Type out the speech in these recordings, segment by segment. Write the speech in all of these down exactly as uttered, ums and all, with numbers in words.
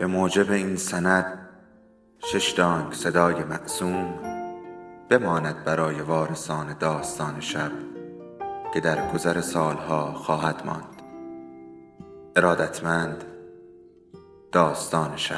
به موجب این سند شش دانگ صدای معصوم بماند برای وارثان داستان شب که در گذر سالها خواهد ماند. ارادتمند، داستان شب.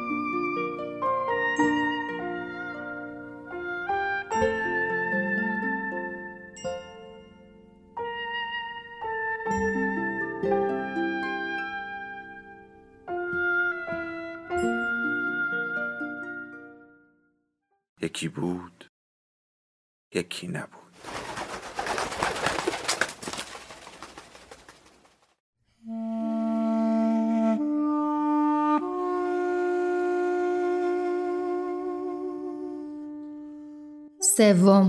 یکی بود، یکی نبود. سوم،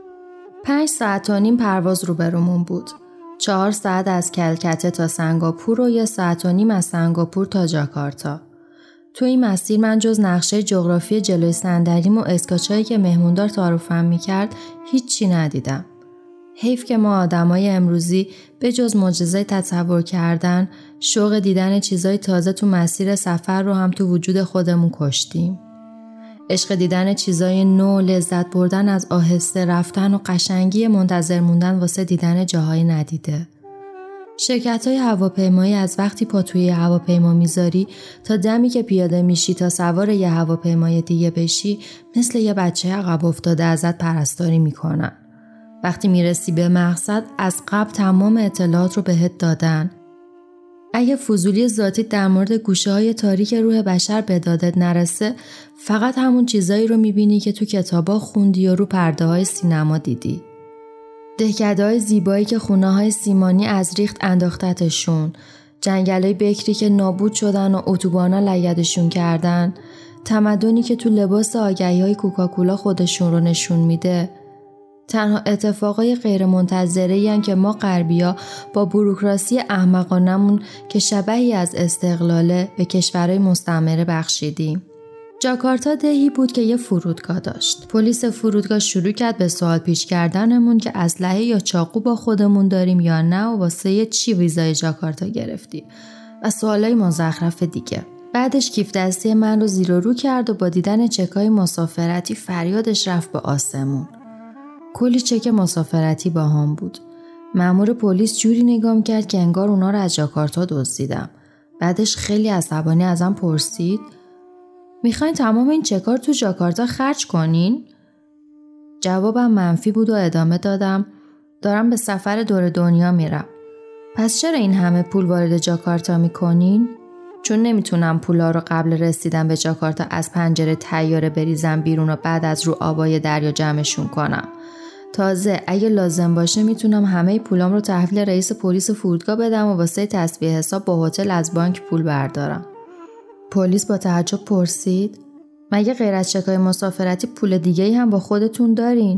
پنج ساعت و نیم پرواز روبرومون بود. چهار ساعت از کلکته تا سنگاپور و یه ساعت و نیم از سنگاپور تا جاکارتا. تو این مسیر من جز نقشه جغرافی جلوی صندلیم و اسکاچایی که مهموندار تعارفم میکرد هیچی ندیدم. حیف که ما آدمای امروزی به جز معجزه تصور کردن، شوق دیدن چیزای تازه تو مسیر سفر رو هم تو وجود خودمون کشتیم. عشق دیدن چیزای نو، لذت بردن از آهسته رفتن و قشنگی منتظر موندن واسه دیدن جاهای ندیده. شرکت‌های هواپیمایی از وقتی پا توی هواپیما میذاری تا دمی که پیاده میشی تا سوار یه هواپیمای دیگه بشی مثل یه بچه عقب افتاده ازت پرستاری میکنن. وقتی میرسی به مقصد از قبل تمام اطلاعات رو بهت دادن. اگه فضولی ذاتی در مورد گوشه‌های تاریک روح بشر به دادت نرسه، فقط همون چیزایی رو میبینی که تو کتابا خوندی و رو پرده‌های سینما دیدی. دهکده‌های زیبایی که خونه‌های سیمانی از ریخت انداختتشون، جنگل‌های بکری که نابود شدن و اتوبانا لگدشون کردن، تمدنی که تو لباس آگهی‌های کوکاکولا خودشون رو نشون میده. تنها اتفاقای غیر منتظره‌ای هستن که ما غربی‌ها با بوروکراسی احمقانمون که شبیهی از استقلاله به کشورهای مستعمره بخشیدیم. جاکارتا دهی بود که یه فرودگاه داشت. پلیس فرودگاه شروع کرد به سوال پیچ کردنمون که اسلحه یا چاقو با خودمون داریم یا نه و واسه چی ویزای جاکارتا گرفتی و سوالای مزخرف دیگه. بعدش کیف دستی من رو زیر و رو کرد و با دیدن چکای مسافرتی فریادش رفت به آسمون. کلی چک مسافرتی با هم بود. مأمور پلیس جوری نگام کرد که انگار اونا رو از جاکارتا دزدیدم. بعدش خیلی عصبانی ازم پرسید میخواین تمام این چکار تو جاکارتا خرج کنین؟ جوابم منفی بود و ادامه دادم دارم به سفر دور دنیا میرم. پس چرا این همه پول وارد جاکارتا میکنین؟ چون نمیتونم پولا رو قبل رسیدن به جاکارتا از پنجره طیاره بریزم بیرون و بعد از رو آبای دریا جمعشون کنم. تازه اگه لازم باشه میتونم همه پولام رو تحویل رئیس پلیس فرودگاه بدم و واسه تسویه حساب با هتل از بانک پول بردارم. پلیس با تعجب پرسید مگه غیر از چکای مسافرتی پول دیگه‌ای هم با خودتون دارین؟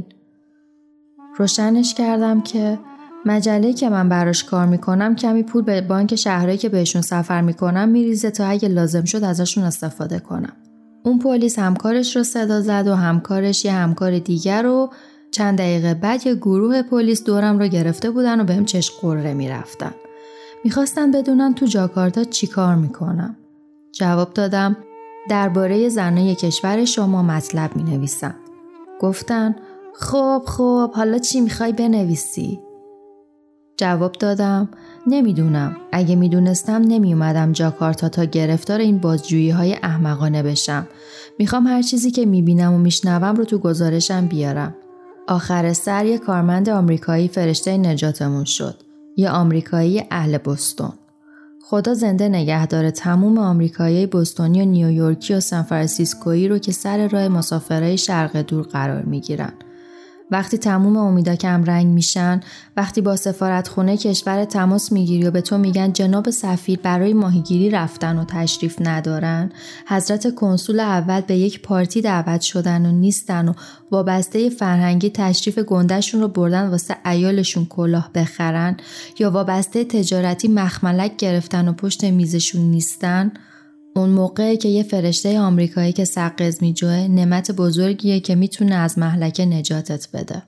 روشنش کردم که مجله‌ای که من براش کار میکنم کمی پول به بانک شهرهایی که بهشون سفر میکنم میریزه تا اگه لازم شد ازشون استفاده کنم. اون پلیس همکارش رو صدا زد و همکارش یه همکار دیگر رو. چند دقیقه بعد یه گروه پلیس دورم رو گرفته بودن و بهم چشم قره میرفتن. میخواستن بدونن تو جاکارتا چی کار میکنم. جواب دادم درباره زنای کشور شما مطلب می نویسم. گفتن خب خب حالا چی میخوای بنویسی؟ جواب دادم نمیدونم. اگه میدونستم نمی اومدم جاکارتا تا گرفتار این بازجویی های احمقانه بشم. میخوام هر چیزی که میبینم و میشنوم رو تو گزارشم بیارم. آخر سر یه کارمند آمریکایی فرشته نجاتمون شد. یه آمریکایی اهل بوستون. خدا زنده نگه داره تموم آمریکایی بوستونی و نیویورکی و سانفرانسیسکویی رو که سر راه مسافرای شرق دور قرار میگیرن. وقتی تموم امیدا کم رنگ میشن، وقتی با سفارتخونه کشور تماس میگیری و به تو میگن جناب سفیر برای ماهیگیری رفتن و تشریف ندارن، حضرت کنسول اول به یک پارتی دعوت شدن و نیستن و وابسته فرهنگی تشریف گندهشون رو بردن واسه عیالشون کلاه بخرن یا وابسته تجارتی مخملک گرفتن و پشت میزشون نیستن، اون موقعی که یه فرشته آمریکایی که سقز میجوه نعمت بزرگیه که میتونه از مهلکه نجاتت بده.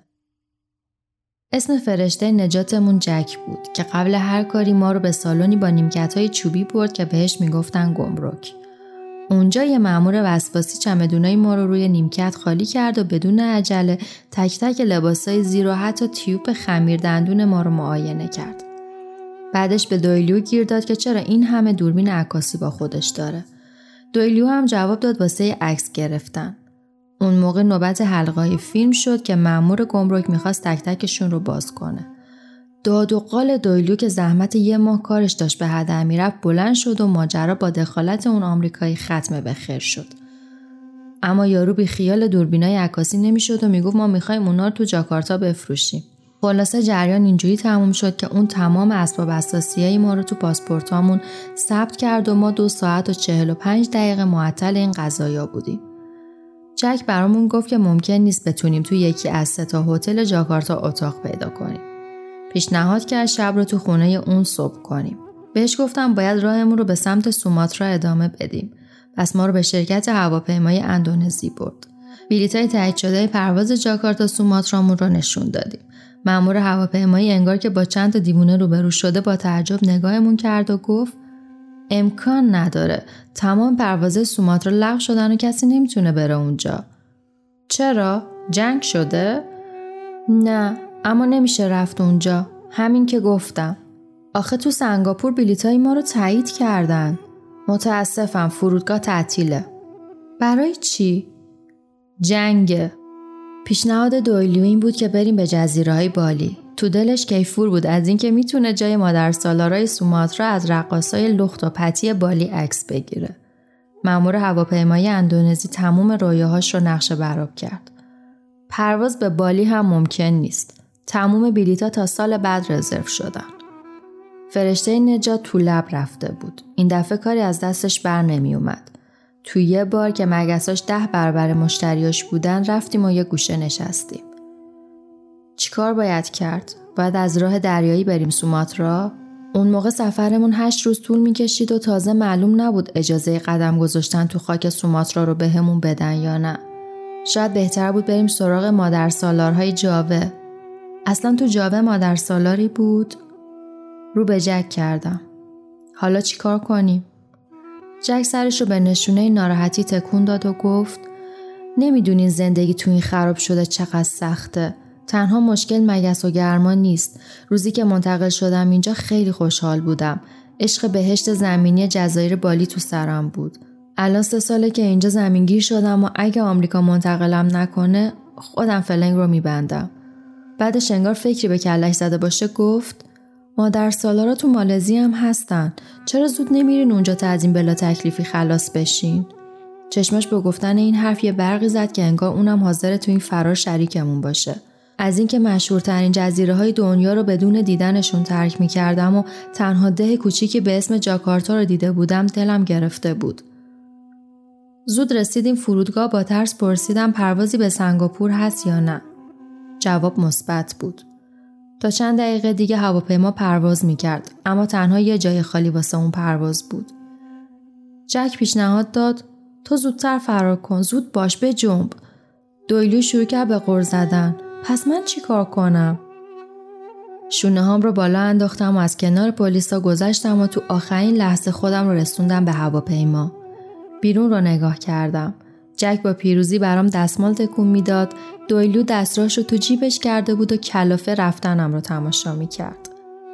اسم فرشته نجاتمون جک بود که قبل هر کاری ما رو به سالونی با نیمکت‌های چوبی برد که بهش میگفتن گمرک. اونجا یه مأمور وسواسی چمدونای ما رو روی نیمکت خالی کرد و بدون عجله تک تک لباسای زیر و حتی تیوب خمیر دندون ما رو معاینه کرد. بعدش به دویلیو گیر داد که چرا این همه دوربین عکاسی با خودش داره. دویلیو هم جواب داد واسه عکس گرفتن. اون موقع نوبت حلقه‌های فیلم شد که مأمور گمرک میخواست تک تکشون رو باز کنه. داد و قال دویلیو که زحمت یه ماه کارش داشت به هدر میرفت بلند شد و ماجرا با دخالت اون آمریکایی ختم به خیر شد. اما یارو بی خیال دوربینای عکاسی نمیشد و میگفت ما میخوایم اونا رو تو جاکارتا بفروشیم. خلاصه جریان اینجوری تموم شد که اون تمام اسباب اساسیه ما رو تو پاسپورتامون ثبت کرد و ما دو ساعت و چهل و پنج دقیقه معطل این قضایا بودیم. جک برامون گفت که ممکن نیست بتونیم تو یکی از سه تا هتل جاکارتا اتاق پیدا کنیم. پیشنهاد کرد شب رو تو خونه اون صبح کنیم. بهش گفتم باید راهمون رو به سمت سوماترا ادامه بدیم. پس ما رو به شرکت هواپیمای اندونزی برد. بلیطای تایید شده پرواز جاکارتا سوماترامون رو نشون دادیم. مأمور هواپیمایی انگار که با چند تا دیوونه روبرو شده با تعجب نگاهمون کرد و گفت امکان نداره. تمام پروازهای سوماترا لغو شدن و کسی نمیتونه بره اونجا. چرا؟ جنگ شده؟ نه، اما نمیشه رفت اونجا. همین که گفتم. آخه تو سنگاپور بلیطای ما رو تایید کردن. متاسفم فرودگاه تعطیله. برای چی؟ جنگه. پیشنهاد دویلیو این بود که بریم به جزیره‌های بالی. تو دلش کیفور بود از اینکه میتونه جای مادرسالارای سوماترا از رقاصای لخت و پتی بالی عکس بگیره. مأمور هواپیمای اندونزی تموم رویاهاش رو نقشه برآب کرد. پرواز به بالی هم ممکن نیست. تموم بلیطا تا سال بعد رزرو شدن. فرشته نجات تو لب رفته بود. این دفعه کاری از دستش بر نمی اومد. تو یه بار که مگساش ده برابر مشتریاش بودن رفتیم و یه گوشه نشستیم. چیکار باید کرد؟ باید از راه دریایی بریم سوماترا؟ اون موقع سفرمون هشت روز طول میکشید و تازه معلوم نبود اجازه قدم گذاشتن تو خاک سوماترا رو بهمون بدن یا نه. شاید بهتر بود بریم سراغ مادرسالارهای جاوه. اصلا تو جاوه مادرسالاری بود؟ رو به جک کردم. حالا چیکار کنیم؟ جک سرش رو به نشونه ناراحتی تکون داد و گفت نمیدونین زندگی تو این خراب شده چقدر سخته. تنها مشکل مگس و گرما نیست. روزی که منتقل شدم اینجا خیلی خوشحال بودم. عشق بهشت زمینی جزایر بالی تو سرم بود. الان سه ساله که اینجا زمینگیر شدم و اگه آمریکا منتقلم نکنه خودم فلنگ رو میبندم. بعدش انگار فکری به کلش زده باشه گفت مادرسالارا تو مالزی هم هستن. چرا زود نمیرین اونجا تا از این بلا تکلیفی خلاص بشین؟ چشمش به گفتن این حرف یه برقی زد که انگار اونم حاضره تو این فرار شریکمون باشه. از اینکه مشهورترین جزیره‌های دنیا رو بدون دیدنشون ترک می‌کردم و تنها ده کوچیکی به اسم جاکارتا رو دیده بودم دلم گرفته بود. زود رسیدیم فرودگاه. با ترس پرسیدم پروازی به سنگاپور هست یا نه؟ جواب مثبت بود. تا چند دقیقه دیگه هواپیما پرواز می‌کرد اما تنها یه جای خالی واسه اون پرواز بود. جک پیشنهاد داد تو زودتر فرار کن، زود باش به جنب. دویلیو شروع کرد به غر زدن. پس من چی کار کنم؟ شونه هام رو بالا انداختم و از کنار پلیسا گذشتم و تو آخرین لحظه خودم رو رسوندم به هواپیما. بیرون رو نگاه کردم. جک با پیروزی برام دستمال تکون میداد. دویلیو دستراش رو تو جیبش کرده بود و کلافه رفتنم رو تماشا میکرد.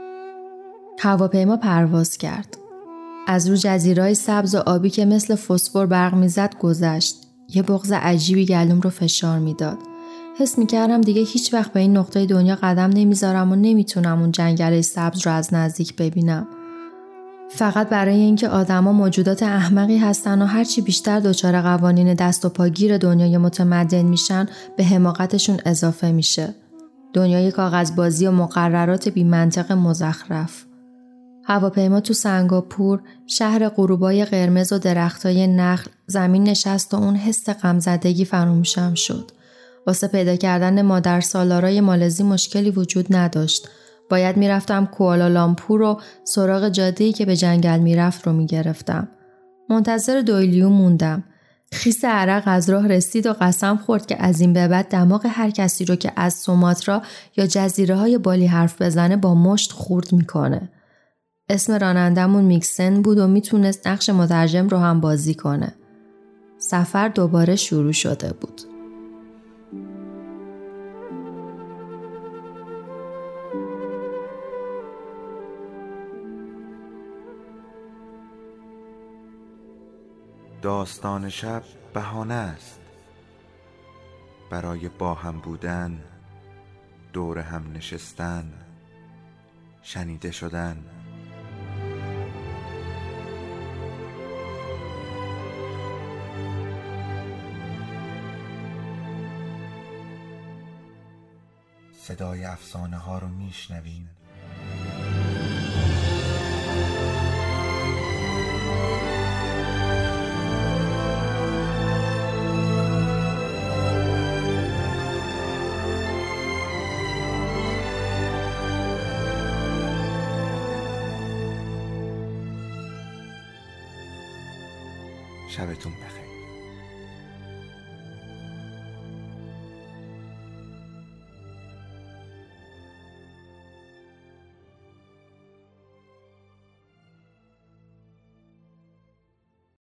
هواپیما پرواز کرد. از رو جزیره‌های سبز و آبی که مثل فسفر برق میزد گذشت. یه بغض عجیبی گلوم رو فشار میداد. حس میکردم دیگه هیچ وقت به این نقطه دنیا قدم نمیذارم و نمیتونم اون جنگل سبز رو از نزدیک ببینم. فقط برای اینکه آدما موجودات احمقی هستن و هرچی بیشتر دچار قوانین دست و پاگیر دنیای متمدن میشن به حماقتشون اضافه میشه. دنیای کاغذبازی و مقررات بی منطق مزخرف. هواپیما تو سنگاپور، شهر غروبای قرمز و درختای نخل، زمین نشست و اون حس غمزدگی فراموشم شد. واسه پیدا کردن مادرسالارای مالزی مشکلی وجود نداشت. باید میرفتم کوالالامپور و سراغ جاده‌ای که به جنگل میرفت رو میگرفتم. منتظر دویلیو موندم. خیس عرق از راه رسید و قسم خورد که از این به بعد دماغ هر کسی رو که از سوماترا یا جزیره‌های بالی حرف بزنه با مشت خورد میکنه. اسم رانندمون میکسن بود و میتونست نقش مترجم رو هم بازی کنه. سفر دوباره شروع شده بود. داستان شب بهانه است برای با هم بودن، دور هم نشستن، شنیده شدن. صدای افسانه ها رو میشنویم. شبتون بخیر.